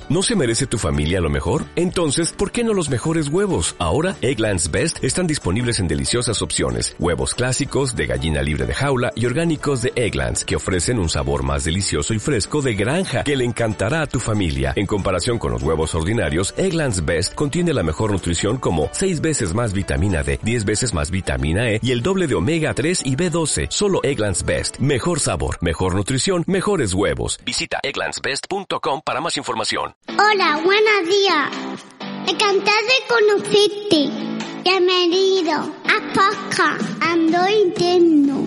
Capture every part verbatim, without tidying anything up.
¿No se merece tu familia lo mejor? Entonces, ¿por qué no los mejores huevos? Ahora, Eggland's Best están disponibles en deliciosas opciones. Huevos clásicos, de gallina libre de jaula y orgánicos de Eggland's, que ofrecen un sabor más delicioso y fresco de granja, que le encantará a tu familia. En comparación con los huevos ordinarios, Eggland's Best contiene la mejor nutrición como seis veces más vitamina D, diez veces más vitamina E y el doble de omega tres y B doce. Solo Eggland's Best. Mejor sabor, mejor nutrición, mejores huevos. Visita egglands best punto com para más información. Hola, buenos días. Encantado de conocerte. Bienvenido a Podcast Ando Interno.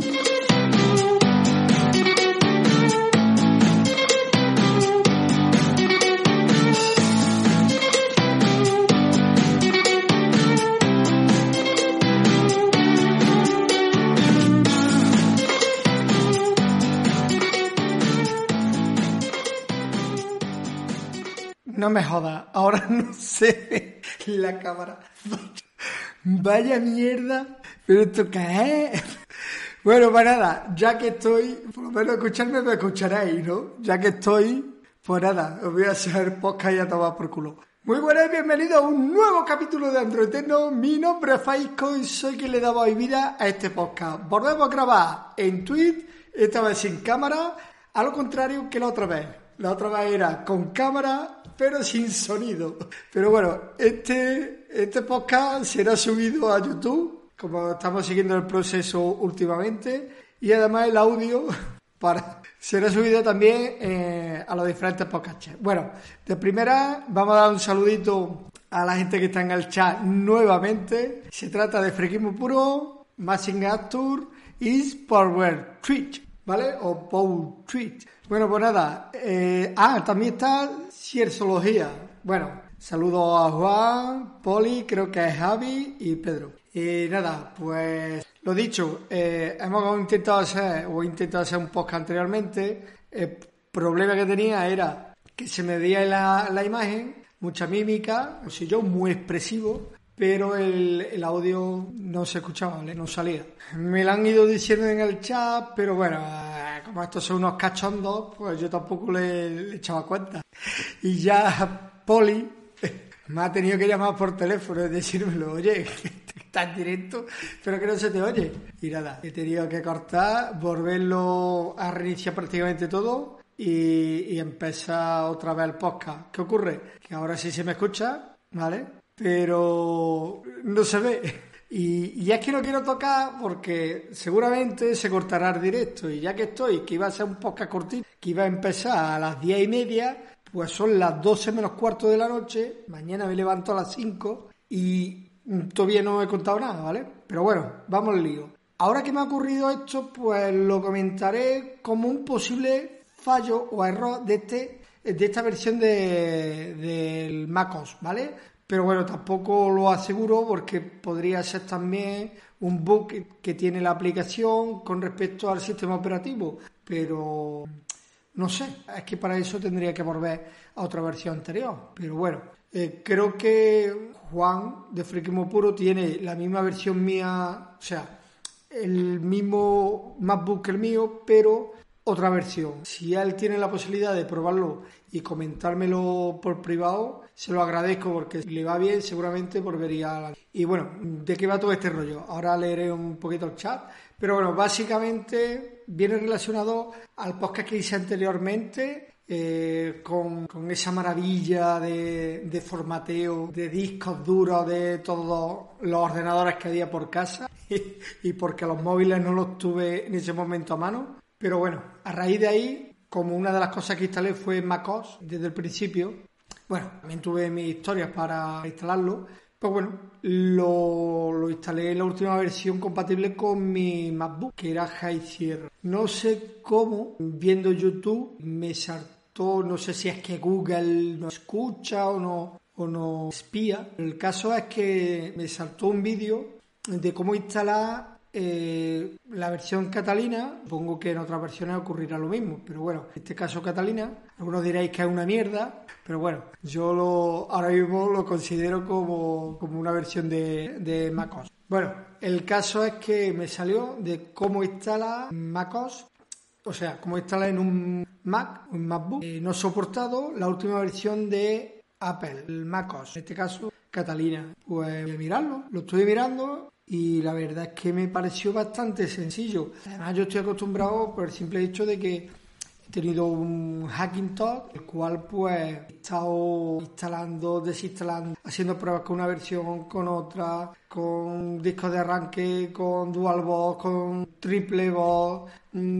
No me jodas, ahora no sé la cámara. Vaya mierda, pero esto qué es. Bueno, pues nada, ya que estoy, por lo menos escucharme me escucharéis, ¿no? Ya que estoy, pues nada, os voy a hacer podcast y a tomar por culo. Muy buenas y bienvenidos a un nuevo capítulo de Android Eterno. Mi nombre es Faisco y soy quien le da voz y vida a este podcast. Volvemos a grabar en Twitch, esta vez sin cámara, a lo contrario que la otra vez. La otra vez era con cámara, pero sin sonido. Pero bueno, este, este podcast será subido a YouTube, como estamos siguiendo el proceso últimamente, y además el audio para, será subido también eh, a los diferentes podcasts. Bueno, de primera vamos a dar un saludito a la gente que está en el chat nuevamente. Se trata de Frequismo Puro, Maxing Actor y Power Twitch, ¿vale? O Power Twitch. Bueno, pues nada, eh, ah, también está Cierzoología. Bueno, saludos a Juan, Poli, creo que es Javi y Pedro. Y nada, pues lo dicho, eh, hemos intentado hacer, o he intentado hacer un podcast anteriormente. El problema que tenía era que se me veía la, la imagen, mucha mímica, o sea, yo muy expresivo, pero el, el audio no se escuchaba, ¿vale? No salía. Me lo han ido diciendo en el chat, pero bueno, como estos son unos cachondos, pues yo tampoco le, le echaba cuenta. Y ya Poli me ha tenido que llamar por teléfono y decírmelo, oye, que estás en directo, pero que no se te oye. Y nada, he tenido que cortar, volverlo a reiniciar prácticamente todo y, y empezar otra vez el podcast. ¿Qué ocurre? Que ahora sí se me escucha, ¿vale? Pero no se ve. Y, y es que no quiero tocar porque seguramente se cortará el directo. Y ya que estoy, que iba a ser un podcast cortito, que iba a empezar a las diez y media, pues son las doce menos cuarto de la noche. Mañana me levanto a las cinco y todavía no he contado nada, ¿vale? Pero bueno, vamos al lío. Ahora que me ha ocurrido esto, pues lo comentaré como un posible fallo o error de este de esta versión de del MacOS, ¿vale? Pero bueno, tampoco lo aseguro porque podría ser también un bug que tiene la aplicación con respecto al sistema operativo. Pero no sé, es que para eso tendría que volver a otra versión anterior. Pero bueno, eh, creo que Juan de Frequismo Puro tiene la misma versión mía, o sea, el mismo MacBook que el mío, pero otra versión. Si él tiene la posibilidad de probarlo y comentármelo por privado, se lo agradezco porque si le va bien seguramente volvería a la... Y bueno, ¿de qué va todo este rollo? Ahora leeré un poquito el chat, pero bueno, básicamente viene relacionado al podcast que hice anteriormente, eh, con, con esa maravilla de, de formateo, de discos duros de todos los ordenadores que había por casa y, y porque los móviles no los tuve en ese momento a mano. Pero bueno, a raíz de ahí, como una de las cosas que instalé fue MacOS desde el principio, bueno, también tuve mis historias para instalarlo, pues bueno, lo, lo instalé en la última versión compatible con mi MacBook, que era High Sierra. No sé cómo, viendo YouTube, me saltó, no sé si es que Google no escucha o no, o no espía. El caso es que me saltó un vídeo de cómo instalar Eh, la versión Catalina. Supongo que en otras versiones ocurrirá lo mismo, pero bueno, en este caso Catalina, algunos diréis que es una mierda, pero bueno, yo lo, ahora mismo lo considero como, como una versión de, de MacOS. Bueno, el caso es que me salió de cómo instalar MacOS o sea, como instalar en un Mac, un MacBook, eh, no soportado la última versión de Apple, el macOS, en este caso Catalina. Pues voy a mirarlo, lo estoy mirando y la verdad es que me pareció bastante sencillo. Además yo estoy acostumbrado por el simple hecho de que he tenido un Hackintosh, el cual pues he estado instalando, desinstalando, haciendo pruebas con una versión, con otra, con discos de arranque, con dual boot, con triple boot,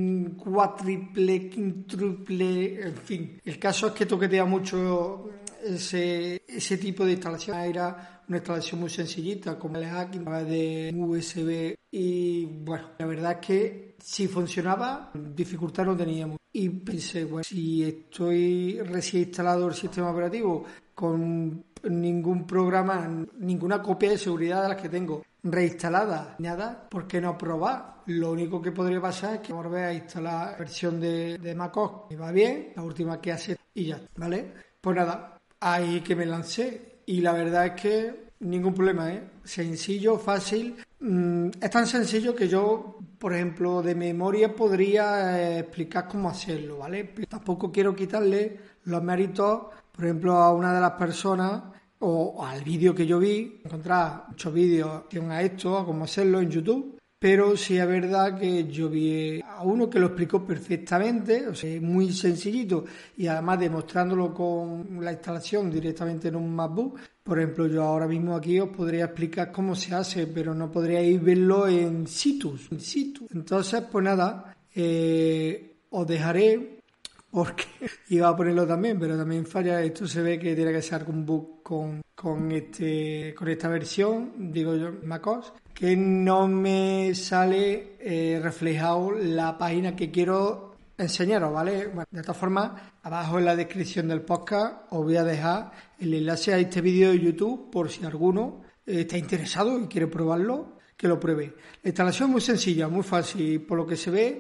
cuatriple, quintuple, en fin. El caso es que toquetea mucho ese, ese tipo de instalación. Era una instalación muy sencillita, como el hacking de U S B, y bueno, la verdad es que si funcionaba, dificultad no teníamos. Y pensé, bueno, si estoy recién instalado el sistema operativo con ningún programa, ninguna copia de seguridad de las que tengo reinstalada, nada, ¿por qué no probar? Lo único que podría pasar es que volver a instalar la versión de, de macOS, me va bien, la última que hace y ya, ¿vale? Pues nada, ahí que me lancé y la verdad es que ningún problema, ¿eh? Sencillo, fácil. Mm, es tan sencillo que yo, por ejemplo, de memoria podría eh, explicar cómo hacerlo, ¿vale? Tampoco quiero quitarle los méritos, por ejemplo, a una de las personas o, o al vídeo que yo vi. Encontrar muchos vídeos a esto, a cómo hacerlo en YouTube. Pero sí es verdad que yo vi a uno que lo explicó perfectamente, o sea, muy sencillito, y además demostrándolo con la instalación directamente en un MacBook. Por ejemplo, yo ahora mismo aquí os podría explicar cómo se hace, pero no podríais verlo en situ. En situ. Entonces, pues nada, eh, os dejaré, porque iba a ponerlo también, pero también falla. Esto se ve que tiene que ser algún bug con, con, este, con esta versión, digo yo, macOS, que no me sale eh, reflejado la página que quiero enseñaros, ¿vale? Bueno, de esta forma, abajo en la descripción del podcast os voy a dejar el enlace a este vídeo de YouTube por si alguno eh, está interesado y quiere probarlo, que lo pruebe. La instalación es muy sencilla, muy fácil. Por lo que se ve,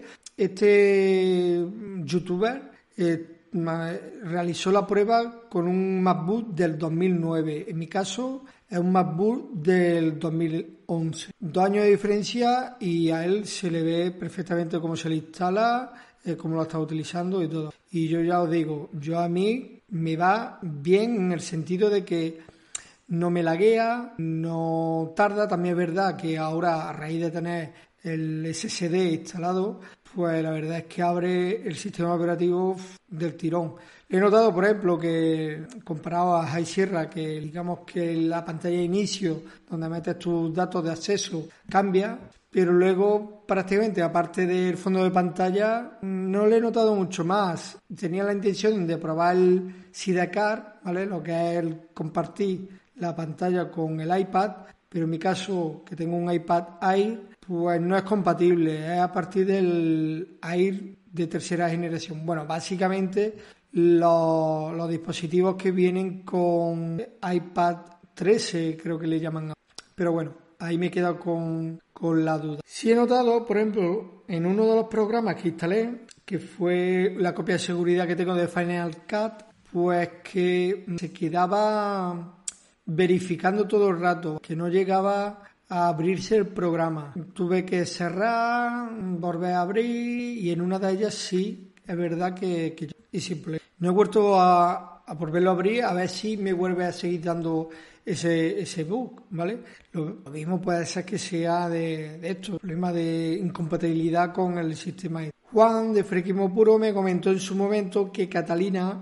este youtuber eh, realizó la prueba con un MacBook del dos mil nueve. En mi caso es un MacBook del dos mil once. Dos años de diferencia y a él se le ve perfectamente cómo se le instala, eh, cómo lo está utilizando y todo. Y yo ya os digo, yo a mí me va bien en el sentido de que no me laguea, no tarda. También es verdad que ahora, a raíz de tener el S S D instalado, pues la verdad es que abre el sistema operativo del tirón. He notado, por ejemplo, que comparado a High Sierra, que digamos que la pantalla de inicio, donde metes tus datos de acceso, cambia, pero luego prácticamente, aparte del fondo de pantalla, no le he notado mucho más. Tenía la intención de probar el Sidecar, ¿vale? Lo que es el compartir la pantalla con el iPad, pero en mi caso, que tengo un iPad Air, pues no es compatible, es a partir del Air de tercera generación. Bueno, básicamente los, los dispositivos que vienen con iPad trece, creo que le llaman. Pero bueno, ahí me he quedado con, con la duda. Sí he notado, por ejemplo, en uno de los programas que instalé, que fue la copia de seguridad que tengo de Final Cut, pues que se quedaba verificando todo el rato, que no llegaba a abrirse el programa. Tuve que cerrar, volver a abrir, y en una de ellas sí, es verdad que, que y simple. No he vuelto a, a volverlo a abrir a ver si me vuelve a seguir dando ese, ese bug, ¿vale? Lo, lo mismo puede ser que sea de, de esto, problema de incompatibilidad con el sistema. Juan de Frequismo Puro me comentó en su momento que Catalina,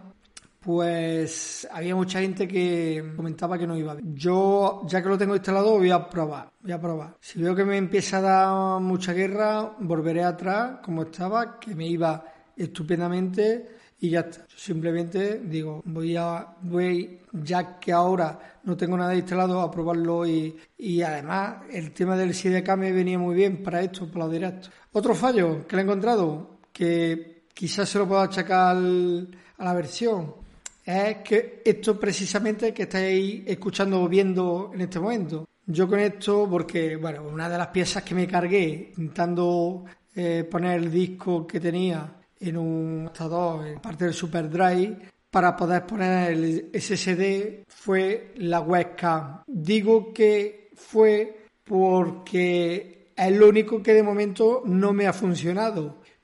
pues había mucha gente que comentaba que no iba bien. Yo, ya que lo tengo instalado, voy a probar, voy a probar. Si veo que me empieza a dar mucha guerra, volveré atrás como estaba, que me iba estupendamente y ya está. Yo simplemente digo, voy a, voy, ya que ahora no tengo nada instalado, a probarlo y, y además el tema del S D K me venía muy bien para esto, para los directos. Otro fallo que le he encontrado, que quizás se lo puedo achacar al, a la versión, es que esto precisamente que estáis escuchando o viendo en este momento. Yo con esto, porque bueno, una de las piezas que me cargué intentando eh, poner el disco que tenía en un adaptador, en parte del SuperDrive, para poder poner el S S D, fue la webcam. Digo que fue porque es lo único que de momento no me ha funcionado.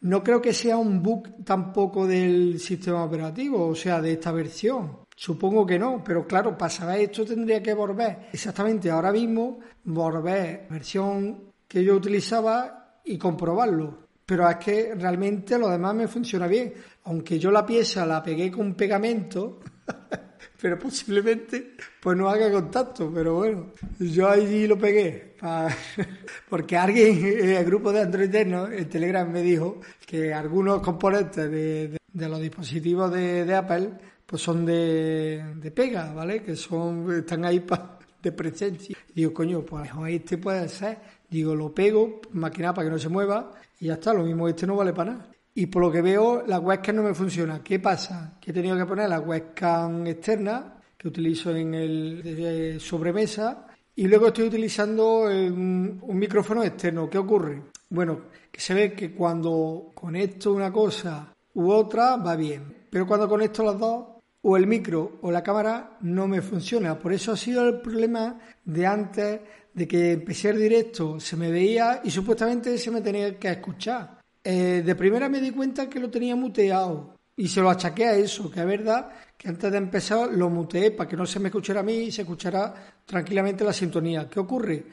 No creo que sea un bug tampoco del sistema operativo, o sea, de esta versión. Supongo que no, pero claro, para saber esto tendría que volver exactamente ahora mismo, volver la versión que yo utilizaba y comprobarlo. Pero es que realmente lo demás me funciona bien. Aunque yo la pieza la pegué con pegamento, pero posiblemente pues no haga contacto. Pero bueno, yo ahí lo pegué. Para... Porque alguien en el grupo de Android Techno, en Telegram, me dijo que algunos componentes de, de, de los dispositivos de, de Apple pues son de, de pega, ¿vale? Que son están ahí para de presencia. Y digo, coño, pues a lo mejor este puede ser. Digo, lo pego, más que nada para que no se mueva, y ya está, lo mismo este no vale para nada. Y por lo que veo, la webcam no me funciona. ¿Qué pasa? Que he tenido que poner la webcam externa, que utilizo en el de sobremesa, y luego estoy utilizando un, un micrófono externo. ¿Qué ocurre? Bueno, que se ve que cuando conecto una cosa u otra va bien, pero cuando conecto las dos, o el micro o la cámara, no me funciona. Por eso ha sido el problema de antes, de que empecé el directo, se me veía y supuestamente se me tenía que escuchar. Eh, de primera me di cuenta que lo tenía muteado y se lo achaqué a eso, que es verdad que antes de empezar lo muteé para que no se me escuchara a mí y se escuchara tranquilamente la sintonía. ¿Qué ocurre?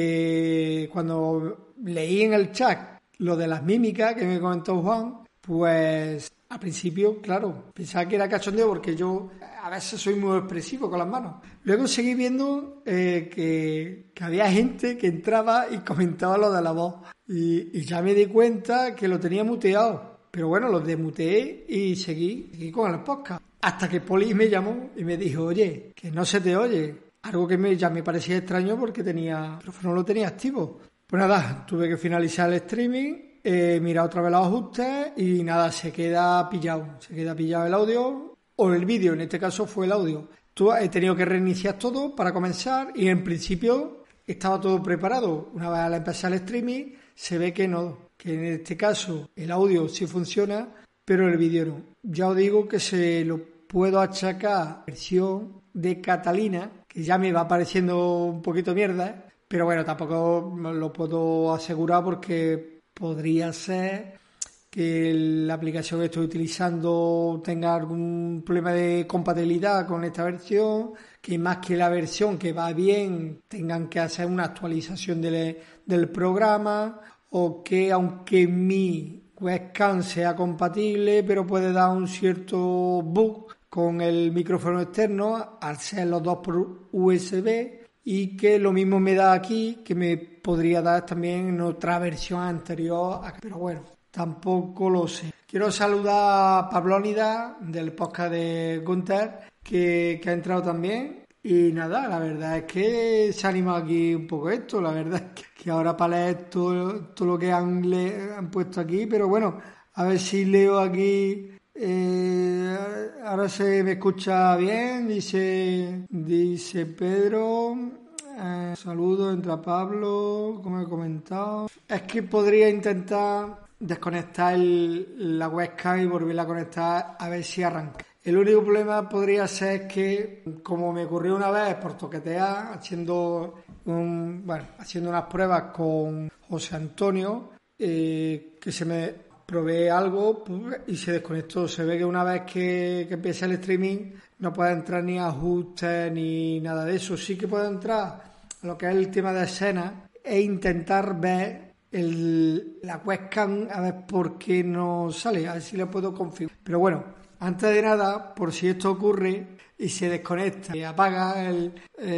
Que cuando leí en el chat lo de las mímicas que me comentó Juan, pues al principio, claro, pensaba que era cachondeo porque yo a veces soy muy expresivo con las manos. Luego seguí viendo eh, que, que había gente que entraba y comentaba lo de la voz. Y, y ya me di cuenta que lo tenía muteado. Pero bueno, lo desmuteé y seguí, seguí con el podcast. Hasta que Poli me llamó y me dijo, oye, que no se te oye. Algo que me, ya me parecía extraño porque tenía, el micrófono lo tenía activo. Pues nada, tuve que finalizar el streaming. Eh, mira otra vez los ajustes y nada, se queda pillado, se queda pillado el audio o el vídeo, en este caso fue el audio. Tú, he tenido que reiniciar todo para comenzar y en principio estaba todo preparado. Una vez al empezar el streaming se ve que no, que en este caso el audio sí funciona, pero el vídeo no. Ya os digo que se lo puedo achacar a la versión de Catalina, que ya me va pareciendo un poquito mierda, pero bueno, tampoco lo puedo asegurar porque podría ser que la aplicación que estoy utilizando tenga algún problema de compatibilidad con esta versión, que más que la versión que va bien tengan que hacer una actualización del, del programa, o que aunque mi webcam sea compatible, pero puede dar un cierto bug con el micrófono externo al ser los dos por U S B, y que lo mismo me da aquí, que me podría dar también en otra versión anterior. Pero bueno, tampoco lo sé. Quiero saludar a Pablónida del podcast de Gunther, que, que ha entrado también. Y nada, la verdad es que se anima aquí un poco esto. La verdad es que, que ahora para leer todo, todo lo que han, le, han puesto aquí. Pero bueno, a ver si leo aquí... Eh, ahora se me escucha bien, dice dice Pedro. Eh, saludos, entra Pablo, como he comentado. Es que podría intentar desconectar el, la webcam y volverla a conectar a ver si arranca. El único problema podría ser que, como me ocurrió una vez por toquetear, haciendo un, bueno, haciendo unas pruebas con José Antonio, eh, que se me probé algo y se desconectó. Se ve que una vez que, que empieza el streaming no puede entrar ni ajustes ni nada de eso. Sí que puede entrar a lo que es el tema de escena e intentar ver el, la webcam a ver por qué no sale, a ver si le puedo configurar. Pero bueno, antes de nada, por si esto ocurre y se desconecta y apaga el,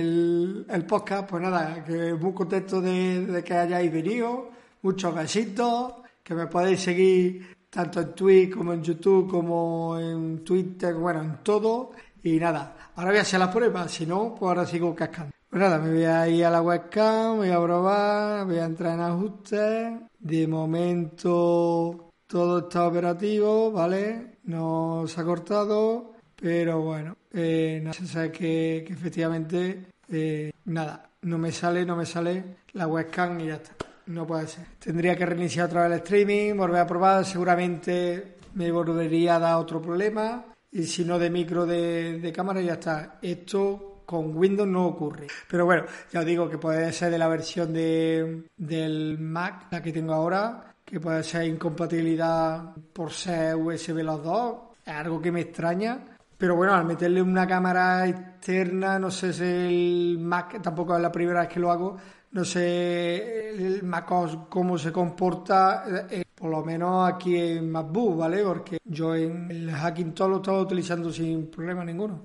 el, el podcast, pues nada, que muy contento de, de que hayáis venido. Muchos besitos. Que me podéis seguir tanto en Twitch como en YouTube como en Twitter, bueno, en todo. Y nada, ahora voy a hacer la prueba, si no, pues ahora sigo cascando. Pues nada, me voy a ir a la webcam, voy a probar, voy a entrar en ajustes. De momento todo está operativo, ¿vale? No se ha cortado, pero bueno, eh, no se sabe que, que efectivamente, eh, nada, no me sale, no me sale la webcam y ya está. No puede ser. Tendría que reiniciar otra vez el streaming, volver a probar. Seguramente me volvería a dar otro problema. Y si no, de micro de, de cámara, ya está. Esto con Windows no ocurre. Pero bueno, ya os digo que puede ser de la versión de, del Mac, la que tengo ahora, que puede ser incompatibilidad por ser U S B los dos, es algo que me extraña. Pero bueno, al meterle una cámara externa, no sé si el Mac, tampoco es la primera vez que lo hago, no sé el MacOS cómo se comporta, eh, por lo menos aquí en MacBook, ¿vale? Porque yo en el Hackintosh lo estaba utilizando sin problema ninguno.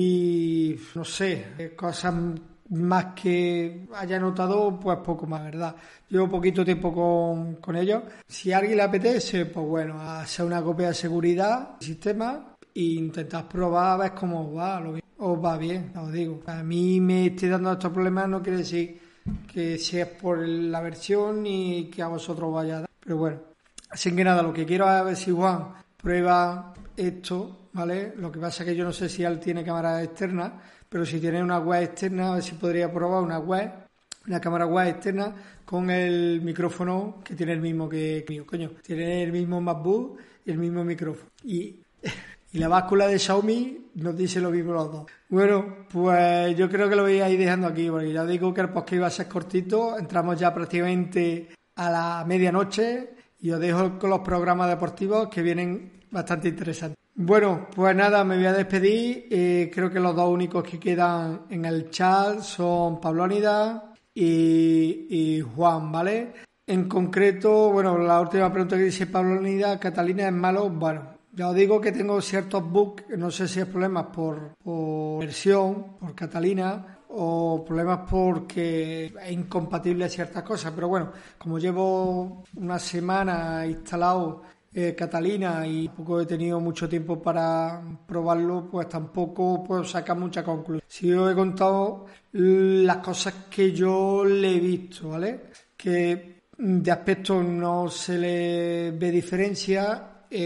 Y no sé, cosas más que haya notado, pues poco más, ¿verdad? Llevo poquito tiempo con, con ellos. Si a alguien le apetece, pues bueno, hacer una copia de seguridad del sistema e intentar probar a ver cómo os va, lo que os va bien, os digo. A mí me estoy dando estos problemas, no quiere decir que sea por la versión ni que a vosotros vaya a dar. Pero bueno, así que nada, lo que quiero es ver si Juan prueba esto, ¿vale? Lo que pasa es que yo no sé si él tiene cámara externa, pero si tiene una web externa, a ver si podría probar una web, una cámara web externa con el micrófono que tiene el mismo que mío, coño. Tiene el mismo MacBook y el mismo micrófono. Y, y la báscula de Xiaomi nos dice lo mismo los dos. Bueno, pues yo creo que lo voy a ir dejando aquí, porque ya digo que el podcast iba a ser cortito. Entramos ya prácticamente a la medianoche y os dejo con los programas deportivos que vienen bastante interesantes. Bueno, pues nada, me voy a despedir. Eh, creo que los dos únicos que quedan en el chat son Pablónida y, y Juan, ¿vale? En concreto, bueno, la última pregunta que dice Pablónida, ¿Catalina es malo? Bueno, ya os digo que tengo ciertos bugs, no sé si es problemas por, por versión, por Catalina, o problemas porque es incompatible ciertas cosas, pero bueno, como llevo una semana instalado eh, Catalina y tampoco he tenido mucho tiempo para probarlo, pues tampoco puedo sacar mucha conclusión. Si os he contado las cosas que yo le he visto, ¿vale? Que de aspecto no se le ve diferencia.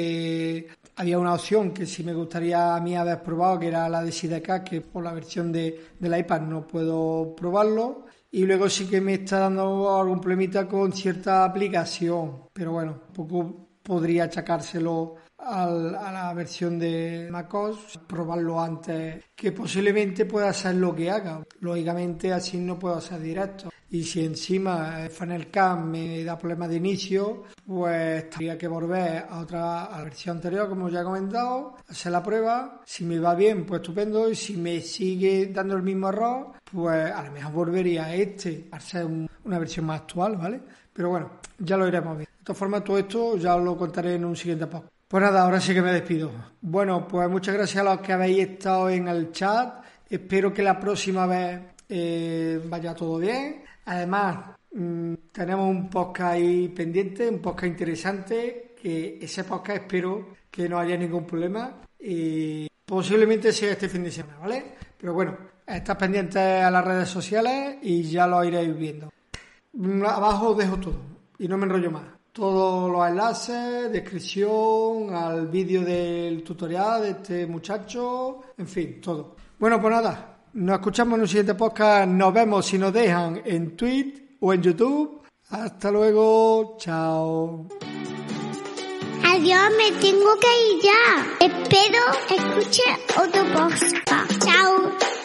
Eh, había una opción que sí me gustaría a mí haber probado, que era la de S I D K, que por la versión de, del iPad no puedo probarlo. Y luego sí que me está dando algún problemita con cierta aplicación, pero bueno, un poco podría achacárselo al, a la versión de macOS, probarlo antes, que posiblemente pueda ser lo que haga. Lógicamente así no puedo hacer directo. Y si encima FunnelCam me da problemas de inicio, pues tendría que volver a otra a la versión anterior, como ya he comentado, hacer la prueba. Si me va bien, pues estupendo. Y si me sigue dando el mismo error, pues a lo mejor volvería a este, a ser un, una versión más actual, ¿vale? Pero bueno, ya lo iremos viendo. De todas formas, todo esto ya os lo contaré en un siguiente podcast. Pues nada, ahora sí que me despido. Bueno, pues muchas gracias a los que habéis estado en el chat. Espero que la próxima vez eh, vaya todo bien. Además, mmm, tenemos un podcast ahí pendiente, un podcast interesante, que ese podcast espero que no haya ningún problema y posiblemente sea este fin de semana, ¿vale? Pero bueno, estad pendientes a las redes sociales y ya lo iréis viendo. Abajo os dejo todo y no me enrollo más. Todos los enlaces, descripción, al vídeo del tutorial de este muchacho, en fin, todo. Bueno, pues nada. Nos escuchamos en un siguiente podcast. Nos vemos si nos dejan en Twitch o en YouTube. Hasta luego. Chao. Adiós, me tengo que ir ya. Espero escuche otro podcast. Chao.